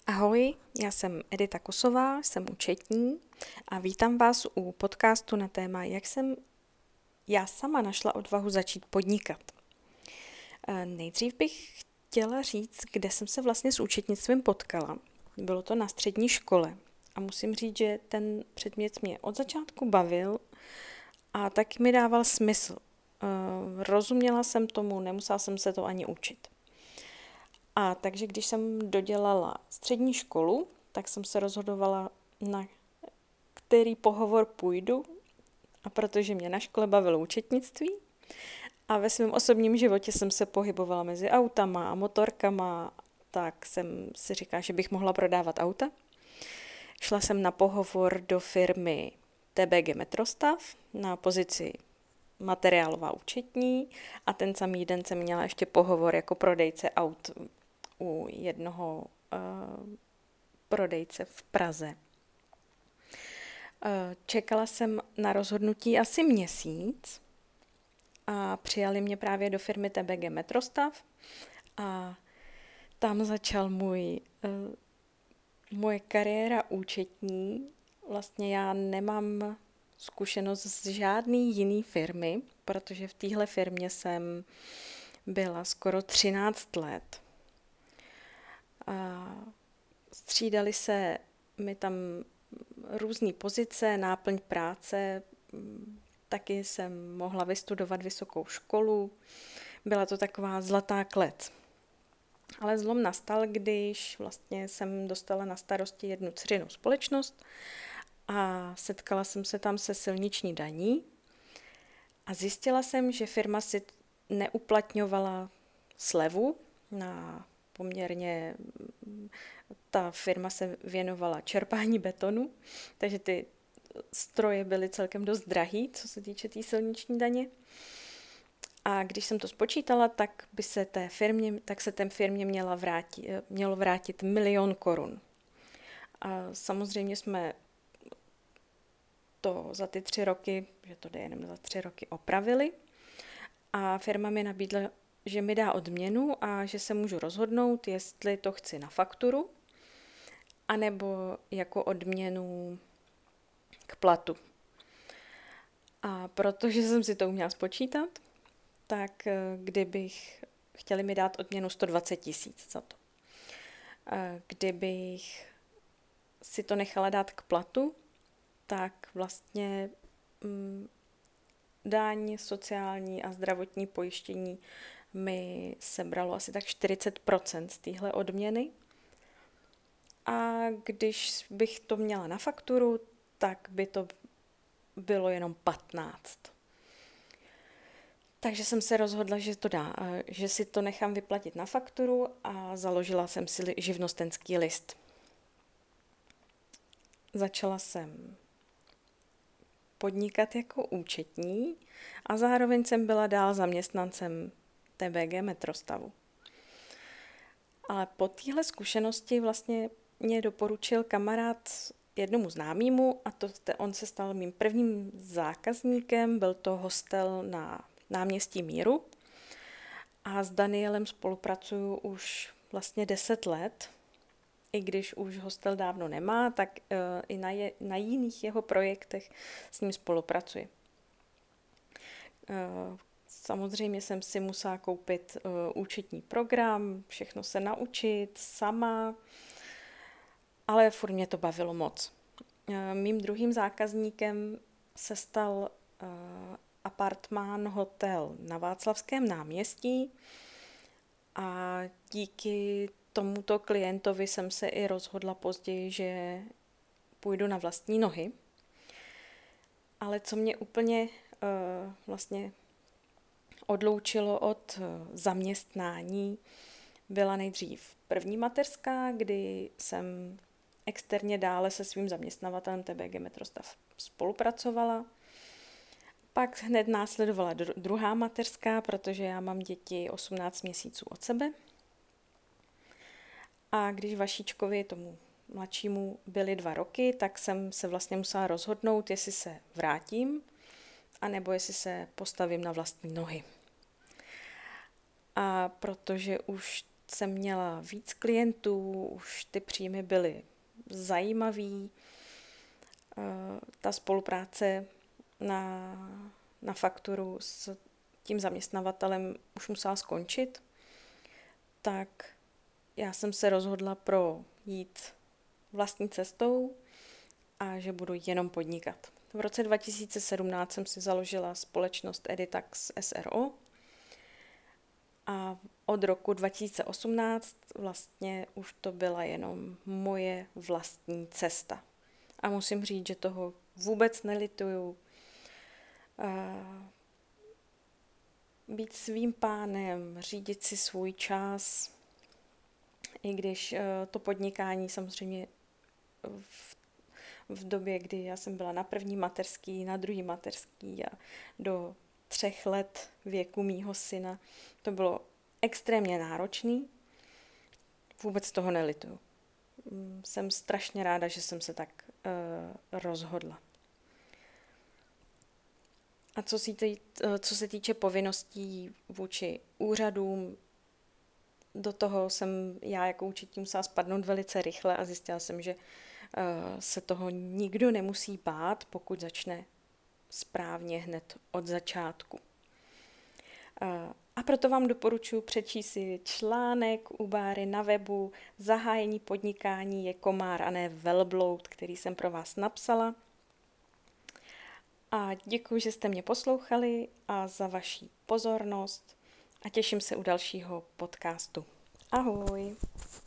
Ahoj, já jsem Edita Kosová, jsem účetní a vítám vás u podcastu na téma, jak jsem já sama našla odvahu začít podnikat. Nejdřív bych chtěla říct, kde jsem se vlastně s účetnictvím potkala. Bylo to na střední škole a musím říct, že ten předmět mě od začátku bavil a taky mi dával smysl. Rozuměla jsem tomu, nemusela jsem se to ani učit. A takže když jsem dodělala střední školu, tak jsem se rozhodovala, na který pohovor půjdu, a protože mě na škole bavilo účetnictví a ve svém osobním životě jsem se pohybovala mezi autama a motorkama, tak jsem si říkala, že bych mohla prodávat auta. Šla jsem na pohovor do firmy TBG Metrostav na pozici materiálová účetní a ten samý den jsem měla ještě pohovor jako prodejce aut u jednoho prodejce v Praze. Čekala jsem na rozhodnutí asi měsíc a přijali mě právě do firmy TBG Metrostav a tam začal moje kariéra účetní. Vlastně já nemám zkušenost z žádný jiný firmy, protože v téhle firmě jsem byla skoro 13 let. Střídali se mi tam různé pozice, náplň práce, taky jsem mohla vystudovat vysokou školu, byla to taková zlatá klec. Ale zlom nastal, když vlastně jsem dostala na starosti jednu dceřinou společnost a setkala jsem se tam se silniční daní a zjistila jsem, že firma si neuplatňovala slevu na poměrně, ta firma se věnovala čerpání betonu, takže ty stroje byly celkem dost drahý, co se týče té silniční daně. A když jsem to spočítala, tak se té firmě mělo vrátit 1 000 000 korun. A samozřejmě jsme to za ty 3 roky, že to jde jenom za 3 roky, opravili. A firma mi nabídla, že mi dá odměnu a že se můžu rozhodnout, jestli to chci na fakturu, anebo jako odměnu k platu. A protože jsem si to uměla spočítat, tak chtěli mi dát odměnu 120 000 za to. Kdybych si to nechala dát k platu, tak vlastně daň, sociální a zdravotní pojištění mi sebralo asi tak 40% z téhle odměny. A když bych to měla na fakturu, tak by to bylo jenom 15. Takže jsem se rozhodla, že si to nechám vyplatit na fakturu a založila jsem si živnostenský list. Začala jsem podnikat jako účetní a zároveň jsem byla dál zaměstnancem TBG Metrostavu. Ale po téhle zkušenosti vlastně mě doporučil kamarád jednomu známému a on se stal mým prvním zákazníkem, byl to hostel na Náměstí Míru a s Danielem spolupracuju už vlastně 10 let. I když už hostel dávno nemá, tak i na jiných jeho projektech s ním spolupracuji. Samozřejmě jsem si musela koupit účetní program, všechno se naučit sama, ale furt mě to bavilo moc. Mým druhým zákazníkem se stal apartmán hotel na Václavském náměstí a díky tomuto klientovi jsem se i rozhodla později, že půjdu na vlastní nohy. Ale co mě úplně vlastně odloučilo od zaměstnání, byla nejdřív první mateřská, kdy jsem externě dále se svým zaměstnavatelem TBG Metrostav spolupracovala. Pak hned následovala druhá mateřská, protože já mám děti 18 měsíců od sebe. A když Vašíčkovi, tomu mladšímu, byly 2 roky, tak jsem se vlastně musela rozhodnout, jestli se vrátím, anebo jestli se postavím na vlastní nohy. A protože už jsem měla víc klientů, už ty příjmy byly zajímavý. Ta spolupráce na fakturu s tím zaměstnavatelem už musela skončit, tak já jsem se rozhodla pro jít vlastní cestou a že budu jenom podnikat. V roce 2017 jsem si založila společnost Editax SRO a od roku 2018 vlastně už to byla jenom moje vlastní cesta. A musím říct, že toho vůbec nelituju. Být svým pánem, řídit si svůj čas, i když to podnikání samozřejmě v době, kdy já jsem byla na první mateřský, na druhý mateřský a do 3 let věku mýho syna, to bylo extrémně náročný. Vůbec toho nelituju. Jsem strašně ráda, že jsem se tak rozhodla. A co se týče povinností vůči úřadům, do toho jsem já jako účetní musela spadnout velice rychle a zjistila jsem, že se toho nikdo nemusí bát, pokud začne správně hned od začátku. A proto vám doporučuji přečíst si článek u Báry na webu Zahájení podnikání je komár a ne velbloud, který jsem pro vás napsala. A děkuji, že jste mě poslouchali a za vaši pozornost a těším se u dalšího podcastu. Ahoj!